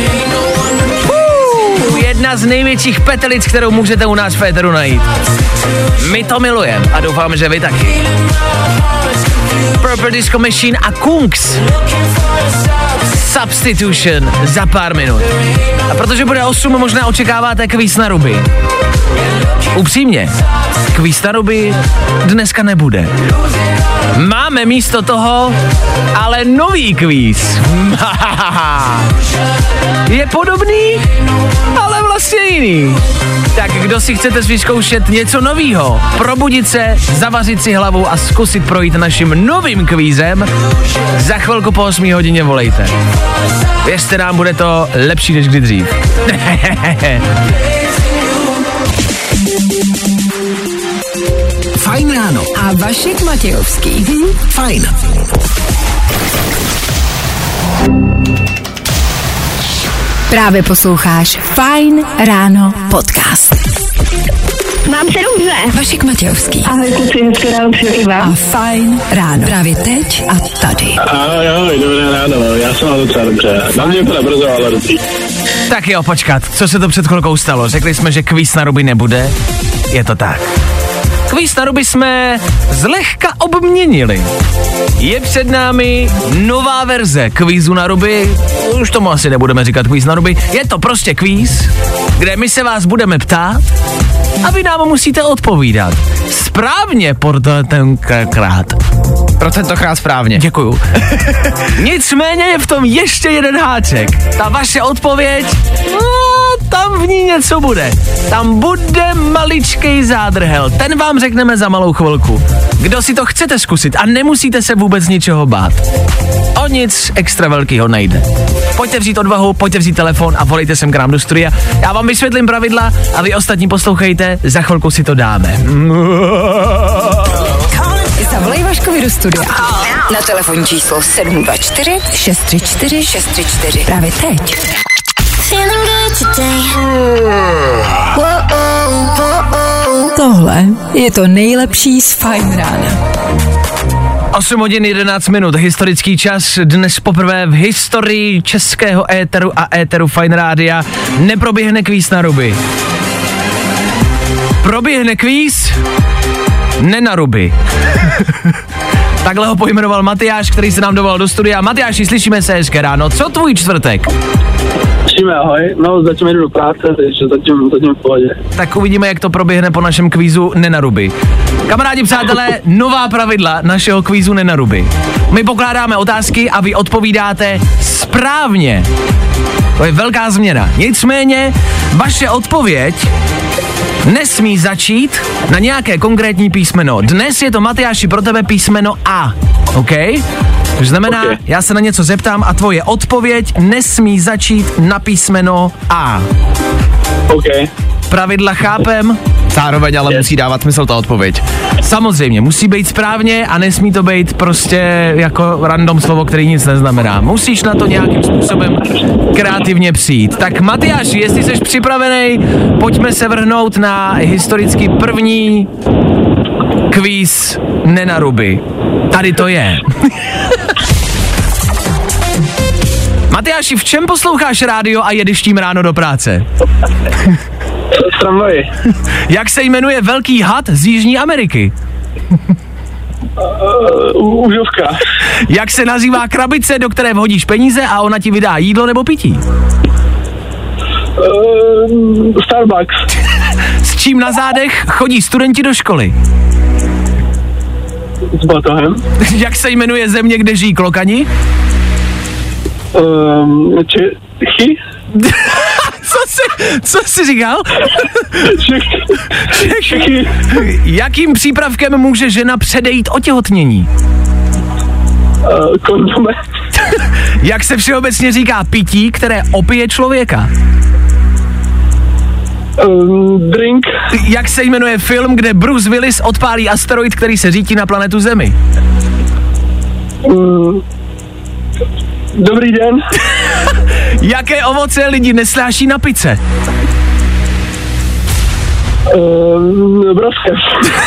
Jedna z největších petelic, kterou můžete u nás v éteru najít. My to milujeme a doufám, že vy taky. Purple Disco Machine a Kungs. Substitution za pár minut. A protože bude 8, možná očekáváte kvíz na ruby. Upřímně, kvíz na ruby dneska nebude. Máme místo toho ale nový kvíz. Je podobný, ale vlastně jiný. Tak kdo si chcete vyzkoušet něco novýho, probudit se, zavařit si hlavu a zkusit projít naším novým kvízem, za chvilku po 8 hodině volejte. Věřte nám, bude to lepší než kdy dřív. Fajn ráno. A Vašek Matějovský. Fajn. Právě posloucháš Fajn ráno podcast. Mám se dobře. Vašek Matějovský. Ahoj kluci, hezké ráno přeji vám. A Fajn ráno. Právě teď a tady. Ahoj, dobré ráno, já jsem vám docela dobře. Na mě to nebrzo, ale dobrý. Tak jo, počkat, co se to před chvilkou stalo? Řekli jsme, že kvíz na ruby nebude. Je to tak. Kvíz na ruby jsme zlehka obměnili. Je před námi nová verze kvízu na ruby. Už tomu asi nebudeme říkat kvíz na ruby. Je to prostě kvíz, kde my se vás budeme ptát a vy nám musíte odpovídat. Správně tenkrát. Pro tentokrát správně. Děkuju. Nicméně je v tom ještě jeden háček. Ta vaše odpověď, tam v ní něco bude. Tam bude maličkej zádrhel. Ten vám řekneme za malou chvilku. Kdo si to chcete zkusit a nemusíte se vůbec ničeho bát. O nic extra velkýho nejde. Pojďte vzít odvahu, pojďte vzít telefon a volejte sem k nám do studia. Já vám vysvětlím pravidla a vy ostatní poslouchejte, za chvilku si to dáme. Zavolej Vaškovi do studia. Na telefonní číslo 724 634 634. Právě teď. Tohle je to nejlepší z Fajn rána. 8 hodin 11 minut, historický čas, dnes poprvé v historii českého éteru a éteru Fajn rádia neproběhne kvíz na ruby. Proběhne kvíz ne na ruby. Takhle ho pojmenoval Matyáš, který se nám dovolal do studia. Matyáši, slyšíme se, hezké ráno. Co tvůj čtvrtek? Slyšíme, ahoj. No, zatím jdu do práce, takže zatím v pohodě. Tak uvidíme, jak to proběhne po našem kvízu Nenaruby. Kamarádi, přátelé, nová pravidla našeho kvízu Nenaruby. My pokládáme otázky a vy odpovídáte správně. To je velká změna. Nicméně, vaše odpověď nesmí začít na nějaké konkrétní písmeno. Dnes je to, Matyáši, pro tebe písmeno A, OK? To znamená, já se na něco zeptám a tvoje odpověď nesmí začít na písmeno A. OK. Pravidla chápem? Zároveň ale musí dávat smysl ta odpověď. Samozřejmě, musí být správně a nesmí to být prostě jako random slovo, který nic neznamená. Musíš na to nějakým způsobem kreativně přijít. Tak Matyáši, jestli jsi připravený, pojďme se vrhnout na historicky první kvíz Nenaruby. Tady to je. Matyáši, v čem posloucháš rádio a jedeš tím ráno do práce? V tramvaji. Jak se jmenuje velký had z Jižní Ameriky? Užovka. Jak se nazývá krabice, do které vhodíš peníze a ona ti vydá jídlo nebo pití? Starbucks. S čím na zádech chodí studenti do školy? S batohem. Jak se jmenuje země, kde žijí klokani? Čechy. Co jsi říkal? Čechy. Jakým přípravkem může žena předejít otěhotnění? Kondome. Jak se všeobecně říká pití, které opije člověka? Drink. Jak se jmenuje film, kde Bruce Willis odpálí asteroid, který se řítí na planetu Zemi? Dobrý den. Jaké ovoce lidi nesnáší na pice? Broskev.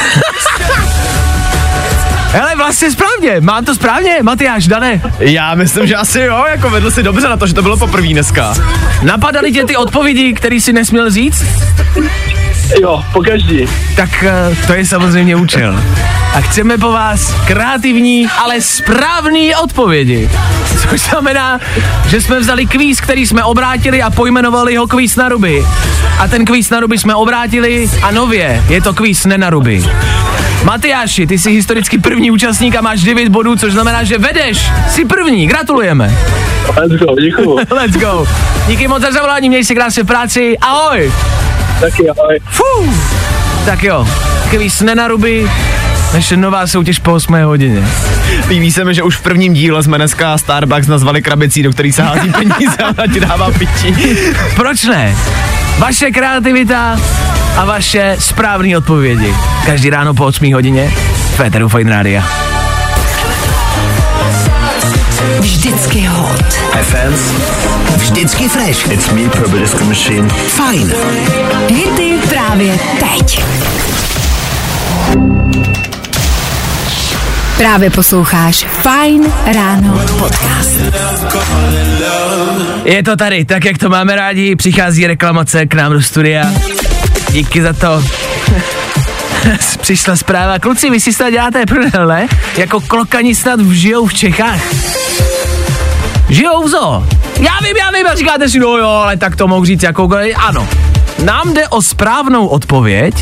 Hele, vlastně správně, mám to správně, Matyáš, Dane. Já myslím, že asi jo, jako vedl si dobře na to, že to bylo poprvé dneska. Napadaly tě ty odpovědi, které jsi nesměl říct? Jo, pokaždý. Tak to je samozřejmě účel. A chceme po vás kreativní, ale správný odpovědi. Což znamená, že jsme vzali kvíz, který jsme obrátili a pojmenovali ho kvíz na ruby. A ten kvíz na ruby jsme obrátili a nově je to kvíz nenaruby. Matyáši, ty jsi historicky první účastník a máš 9 bodů, což znamená, že vedeš. Jsi první, gratulujeme. Let's go, děkuju. Let's go. Díky moc za zavolání, měj si krásně v práci. Ahoj. Taky ahoj. Tak jo, kvíz nenaruby, naše nová soutěž po 8 hodině. Líbí se mi, že už v prvním díle jsme dneska Starbucks nazvali krabicí, do který se hází peníze a ti dává pití. Proč ne? Vaše kreativita a vaše správné odpovědi. Každý ráno po 8 hodině v éteru Fajn Rádia. Vždycky hot. FM. Vždycky fresh. It's me, Purple Disco Machine. Fajn. Hity právě teď. Právě posloucháš Fajn ráno podcast. Je to tady, tak jak to máme rádi, přichází reklamace k nám do studia. Díky za to. Přišla zpráva. Kluci, vy si snad děláte prdel, ne? Jako klokani snad žijou v Čechách. Žijou v zoo. Já vím, a říkáte si, no jo, ale tak to mohu říct jakoukoliv. Ano, nám jde o správnou odpověď.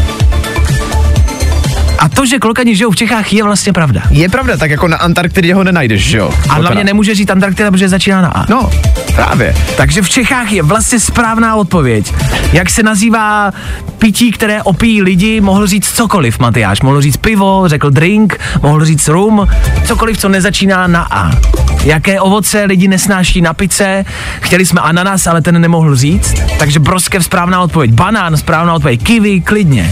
A to, že klokani žijou v Čechách, je vlastně pravda. Je pravda, tak jako na Antarktidě ho nenajdeš, že jo? A hlavně nemůže říct Antarktida, protože začíná na A. No, právě. Takže v Čechách je vlastně správná odpověď. Jak se nazývá pití, které opíjí lidi, mohl říct cokoliv, Matyáš. Mohl říct pivo, řekl drink, mohl říct rum, cokoliv, co nezačíná na A. Jaké ovoce lidi nesnáší na pice? Chtěli jsme ananas, ale ten nemohl říct. Takže broskev správná odpověď. Banán správná odpověď. Kiwi klidně.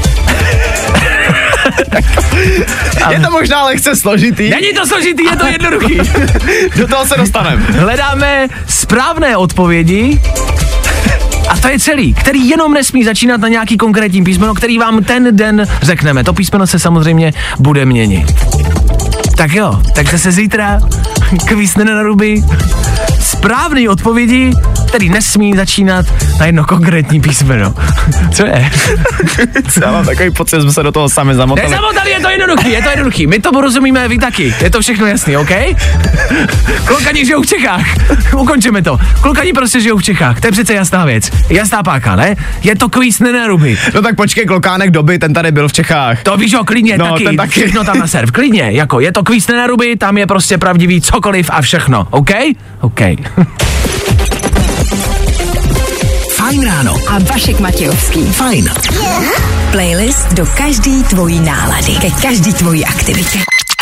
Je to možná lehce složitý. Není to složitý, je to jednoduchý. Do toho se dostaneme. Hledáme správné odpovědi a to je celý, který jenom nesmí začínat na nějaký konkrétní písmeno, který vám ten den řekneme. To písmeno se samozřejmě bude měnit. Tak jo, tak zase zítra kvíz nenaruby. Správný odpovědi, který nesmí začínat na jedno konkrétní písmeno. Co je? Já mám takový pocit, že jsme se do toho sami zamotali. Nezamotali, je to jednoduchý. My to porozumíme, vy taky. Je to všechno jasný, OK? Klokani žijou v Čechách. Ukončíme to. Klokani prostě žijou v Čechách. To je přece jasná věc. Jasná páka, ne? Je to kvíz nenaruby. No tak počkej, klokánek doby, ten tady byl v Čechách. To víš, jo, klidně, no, taky. Všechno tam na serv. Klidně, jako je to kvíz nenaruby, tam je prostě pravdivý cokoliv a všechno. OK? OK. Fajn ráno. A Vašek Matějovský. Fajn. Playlist do každý tvojí nálady, ke každý tvojí aktivitě.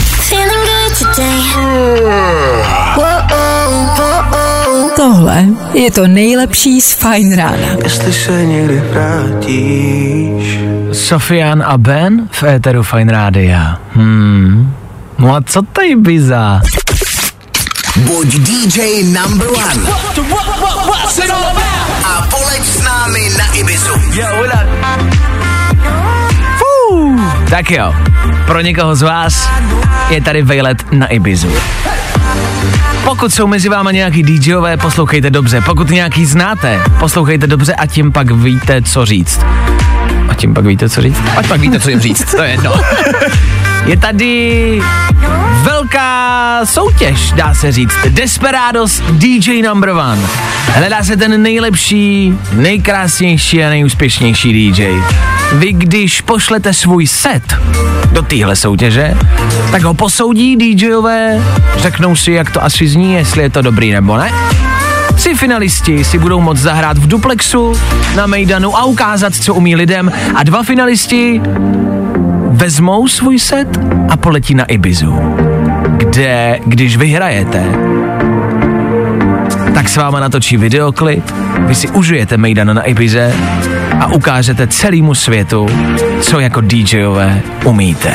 Tohle je to nejlepší z Fajn rána. Jestli se někdy vrátíš. Sofian a Ben v éteru Fajn rádia. No a co tady biza? Buď DJ number one. A poleď s námi na Ibizu. Tak jo, pro někoho z vás je tady vejlet na Ibizu. Pokud jsou mezi váma nějaký DJové, poslouchejte dobře. Pokud nějaký znáte, poslouchejte dobře a tím pak víte, co říct. Ať pak víte, co jim říct, to je jedno. Je tady velká soutěž, dá se říct. Desperados DJ number one. Hledá se ten nejlepší, nejkrásnější a nejúspěšnější DJ. Vy, když pošlete svůj set do téhle soutěže, tak ho posoudí DJové, řeknou si, jak to asi zní, jestli je to dobrý nebo ne. 3 finalisti si budou moct zahrát v duplexu na Mejdanu a ukázat, co umí lidem, a 2 finalisti vezmou svůj set a poletí na Ibizu, kde, když vyhrajete, tak s váma natočí videoklip, vy si užijete Mejdan na Ibize a ukážete celému světu, co jako DJové umíte.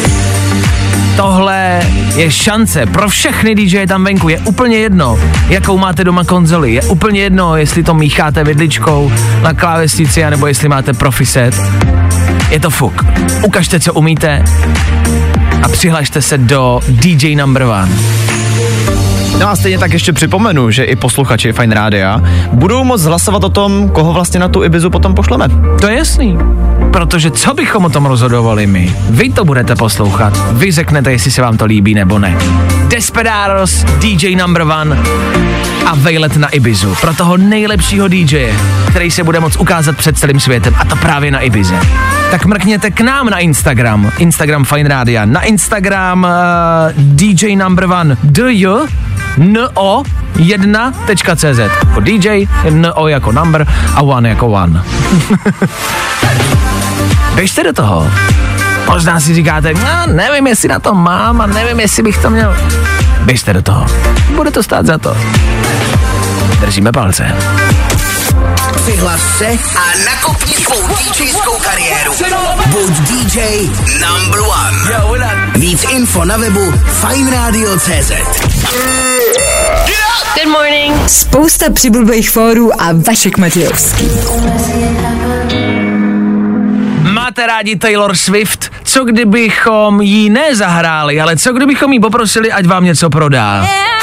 Tohle je šance pro všechny DJ tam venku. Je úplně jedno, jakou máte doma konzoli. Je úplně jedno, jestli to mícháte vidličkou na klávesnici, anebo jestli máte profi set. Je to fuk. Ukažte, co umíte a přihlašte se do DJ number one. No a stejně tak ještě připomenu, že i posluchači Fajn rádia budou moct hlasovat o tom, koho vlastně na tu Ibizu potom pošleme. To je jasný, protože co bychom o tom rozhodovali my? Vy to budete poslouchat, vy řeknete, jestli se vám to líbí nebo ne. Desperados, DJ number one a vejlet na Ibizu pro toho nejlepšího DJe, který se bude moct ukázat před celým světem, a to právě na Ibize. Tak mrkněte k nám na Instagram Fajn rádia, na Instagram DJ number one no1.cz jako DJ, no jako number a one jako one. Běžte do toho. Možná si říkáte, nevím, jestli na to mám a nevím, jestli bych to měl. Běžte do toho. Bude to stát za to. Držíme palce. Přihlaš se a nakopni svou DJskou kariéru. Buď DJ number one. Víc info na webu fajnradio.cz. Good morning. Spousta přibulbých fórů a Vašek Matějovský. Máte rádi Taylor Swift? Co kdybychom jí nezahráli, ale co kdybychom jí poprosili, ať vám něco prodá?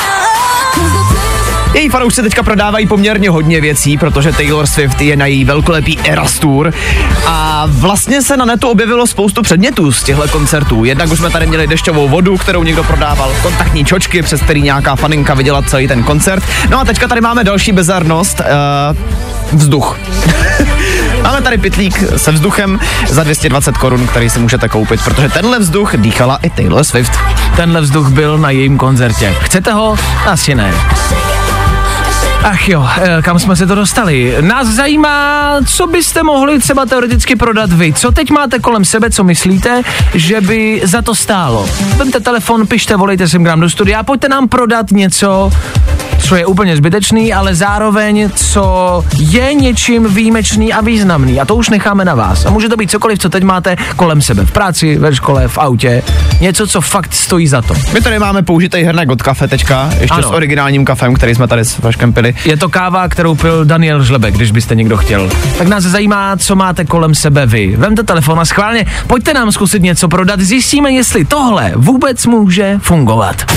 Její fanoušci teďka prodávají poměrně hodně věcí, protože Taylor Swift je na její velkolepý Eras Tour a vlastně se na netu objevilo spoustu předmětů z těchto koncertů. Jednak už jsme tady měli dešťovou vodu, kterou někdo prodával, kontaktní čočky, přes který nějaká faninka viděla celý ten koncert. No a teďka tady máme další bizarnost, vzduch. Máme tady pytlík se vzduchem za 220 korun, který si můžete koupit, protože tenhle vzduch dýchala i Taylor Swift. Tenhle vzduch byl na jejím koncertě. Chcete ho? Asi ne. Ach jo, kam jsme se to dostali? Nás zajímá, co byste mohli třeba teoreticky prodat vy. Co teď máte kolem sebe, co myslíte, že by za to stálo? Vemte telefon, pište, volejte sem k nám do studia a pojďte nám prodat něco, co je úplně zbytečný, ale zároveň, co je něčím výjimečný a významný. A to už necháme na vás. A může to být cokoliv, co teď máte kolem sebe, v práci, ve škole, v autě. Něco, co fakt stojí za to. My tady máme použitej hrnek od kafe tečka, ještě ano. S originálním kafem, který jsme tady s Vaškem pili. Je to káva, kterou pil Daniel Žlebek, když byste někdo chtěl. Tak nás zajímá, co máte kolem sebe vy. Vemte telefon a schválně pojďte nám zkusit něco prodat. Zjistíme, jestli tohle vůbec může fungovat.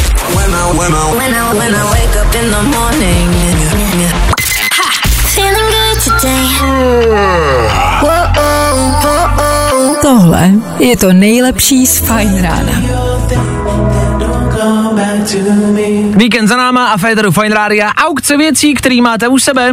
Tohle je to nejlepší z Fajn rána. Víkend za náma a Féteru Fajn rádia. Aukce věcí, který máte u sebe.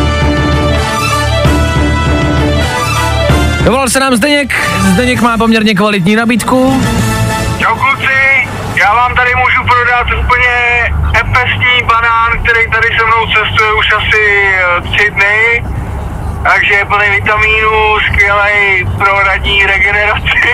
Dovolal se nám Zdeněk. Zdeněk má poměrně kvalitní nabídku. Čau kluci, já vám tady můžu prodat úplně epesní banán, který tady se mnou cestuje už asi 3 dny. takže je plný vitamínů, skvělej pro radní regeneraci.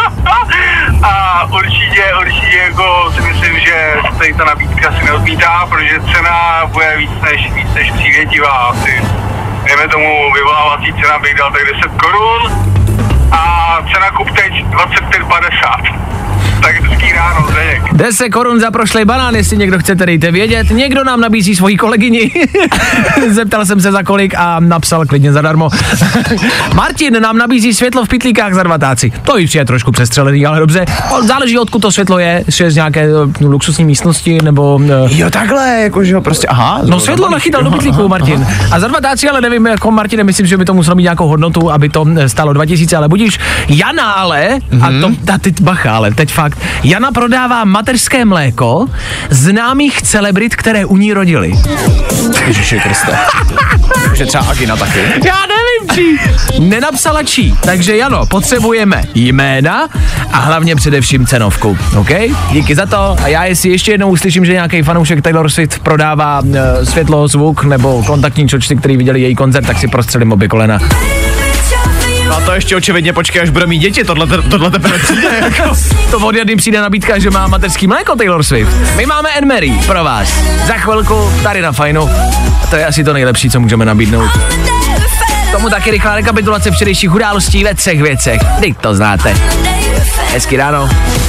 A určitě jako si myslím, že tady ta nabídka si neodmítá, protože cena bude víc než přívětivá asi. Dejme tomu vyvolávací cena bych dal tak 10 korun a cena kup teď 25,50. Tak hezký ráno, Zdeněk. 10 korun za prošlej banán, jestli někdo chcete, dejte vědět. Někdo nám nabízí svoji kolegyni. Zeptal jsem se za kolik a napsal klidně zadarmo. Martin nám nabízí světlo v pytlíkách za 2 táci. To již je trošku přestřelený, ale dobře. Záleží, odkud to světlo je, jestli je z nějaké luxusní místnosti, nebo... Jo, takhle, jakože prostě, aha. No světlo nachytal do pytlíků, Martin. Aha. A za 2 táci, ale nevím, jako Martin, myslím, že by to muselo mít nějakou hodnotu, aby to stálo 2000, ale budíš. Jana ale, a teď bacha, ale teď fakt, Jana prodává mateřské mléko známých celebrit, které u ní rodily. Ježiši Kriste. Že třeba Agina taky. Já nevím čí. Nenapsala čí. Takže Jano, potřebujeme jména a hlavně především cenovku. OK? Díky za to. A já jestli ještě jednou uslyším, že nějaký fanoušek Taylor Swift prodává světlo, zvuk nebo kontaktní čočky, který viděli její koncert, tak si prostřelím obě kolena. No to ještě očividně počkej, až bude mít děti, tohle teprve přijde. Jako. To od Jady přijde nabídka, že má mateřský mléko Taylor Swift. My máme Anne-Marie pro vás. Za chvilku tady na Fajnu. A to je asi to nejlepší, co můžeme nabídnout. Tomu taky rychlá rekapitulace včerejších událostí ve 3 věcech. Vždyť to znáte. Hezký ráno.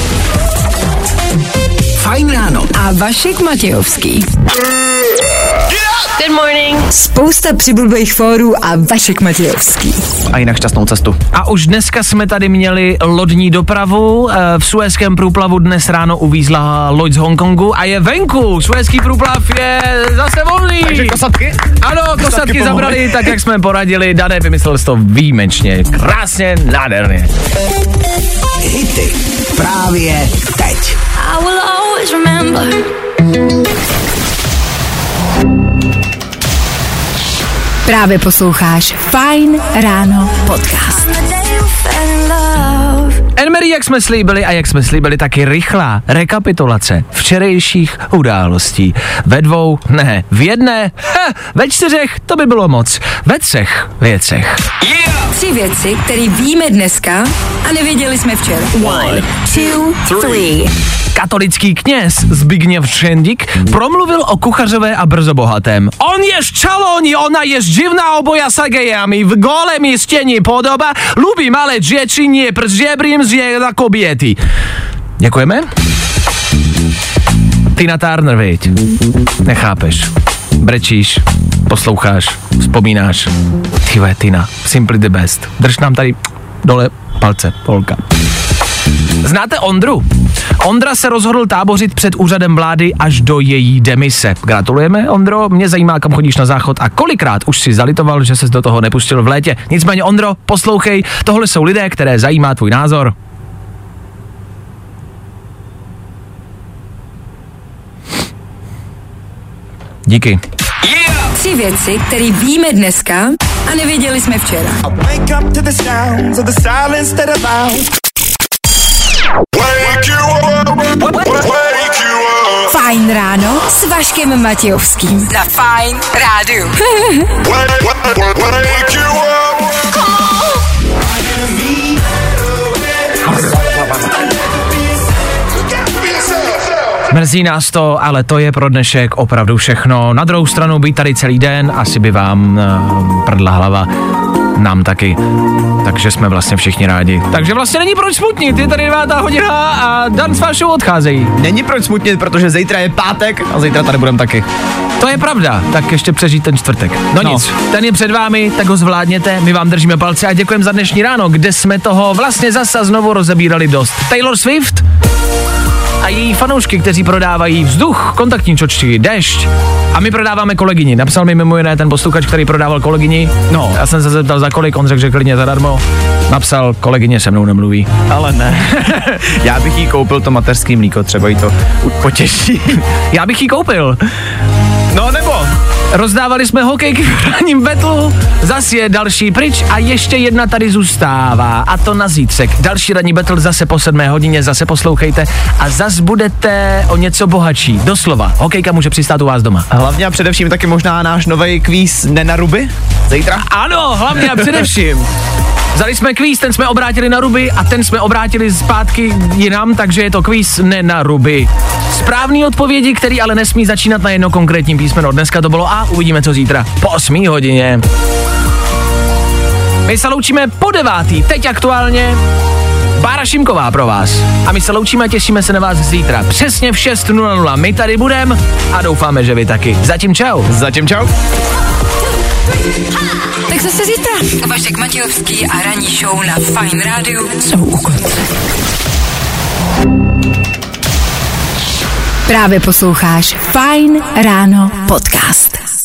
Fajn ráno. A Vašek Matějovský. Good morning. Spousta přibulbých fórů a Vašek Matějovský. A jinak šťastnou cestu. A už dneska jsme tady měli lodní dopravu. V Suezském průplavu dnes ráno uvízla loď z Hongkongu a je venku. Suezský průplav je zase volný. Takže kosatky? Ano, kosatky zabrali tak, jak jsme poradili. Dane, vymyslel jsi to výjimečně. Krásně, nádherně. Hity právě teď. I will always remember. Právě posloucháš Fajn ráno podcast. Anne-Marie, jak jsme slíbili a jak jsme slíbili, taky rychlá rekapitulace včerejších událostí. V jedné, ve 4, to by bylo moc. Ve 3 věcech. 3 věci, které víme dneska a nevěděli jsme včera. 1, 2, 3. Katolický kněz Zbigněv Třendík promluvil o kuchařové a brzo bohatém. On je ščalóni, ona je divná oboja sa gejami, v golem je stění podoba, ľubí malé děti, nie prd žebrím, zje na kobiety. Děkujeme. Tina Turner, viď? Nechápeš. Brečíš, posloucháš, vzpomínáš. Tyhle, Tina, simply the best. Drž nám tady dole palce, holka. Znáte Ondru? Ondra se rozhodl tábořit před úřadem vlády až do její demise. Gratulujeme, Ondro, mě zajímá, kam chodíš na záchod a kolikrát už si zalitoval, že ses do toho nepustil v létě. Nicméně, Ondro, poslouchej, tohle jsou lidé, které zajímá tvůj názor. Díky. 3 věci, které víme dneska a nevěděli jsme včera. Fajn ráno s Vaškem Matějovským. Na Fajn rádiu. Mrzí nás to, ale to je pro dnešek opravdu všechno. Na druhou stranu být tady celý den, asi by vám prdla hlava. Nám taky. Takže jsme vlastně všichni rádi. Takže vlastně není proč smutnit, je tady 9. hodina a Dan s Vášou odcházejí. Není proč smutnit, protože zítra je pátek a zítra tady budeme taky. To je pravda, tak ještě přežít ten čtvrtek. No nic, ten je před vámi, tak ho zvládněte, my vám držíme palce a děkujeme za dnešní ráno, kde jsme toho vlastně zase znovu rozebírali dost. Taylor Swift a její fanoušky, kteří prodávají vzduch, kontaktní čočky, dešť. A my prodáváme kolegyni. Napsal mi mimo jiné ten posluchač, který prodával kolegyni. No, já jsem se zeptal za kolik, on řekl, že klidně zadarmo. Napsal, kolegyně se mnou nemluví. Ale ne. Já bych jí koupil to mateřský mlíko, třeba jí to potěší. Já bych jí koupil. No nebo? Rozdávali jsme hokejky v ranním betlu, zas je další pryč a ještě jedna tady zůstává a to na zítřek. Další ranní betl zase po 7 hodině, zase poslouchejte a zas budete o něco bohatší. Doslova, hokejka může přistát u vás doma. Hlavně a především taky možná náš novej kvíz Nenaruby. Zítra? Ano, hlavně a především. Vzali jsme kvíz, ten jsme obrátili na ruby a ten jsme obrátili zpátky jinam, takže je to kvíz ne na ruby. Správný odpovědi, který ale nesmí začínat na jedno konkrétní písmeno. Dneska to bylo A, uvidíme co zítra po 8 hodině. My se loučíme po 9. Teď aktuálně Bára Šimková pro vás. A my se loučíme a těšíme se na vás zítra. Přesně v 6:00 my tady budeme a doufáme, že vy taky. Zatím čau. Zatím čau. Tak zase zítra. Vašek Matějovský a ranní show na Fajn rádiu jsou u konce. Právě posloucháš Fajn ráno podcast.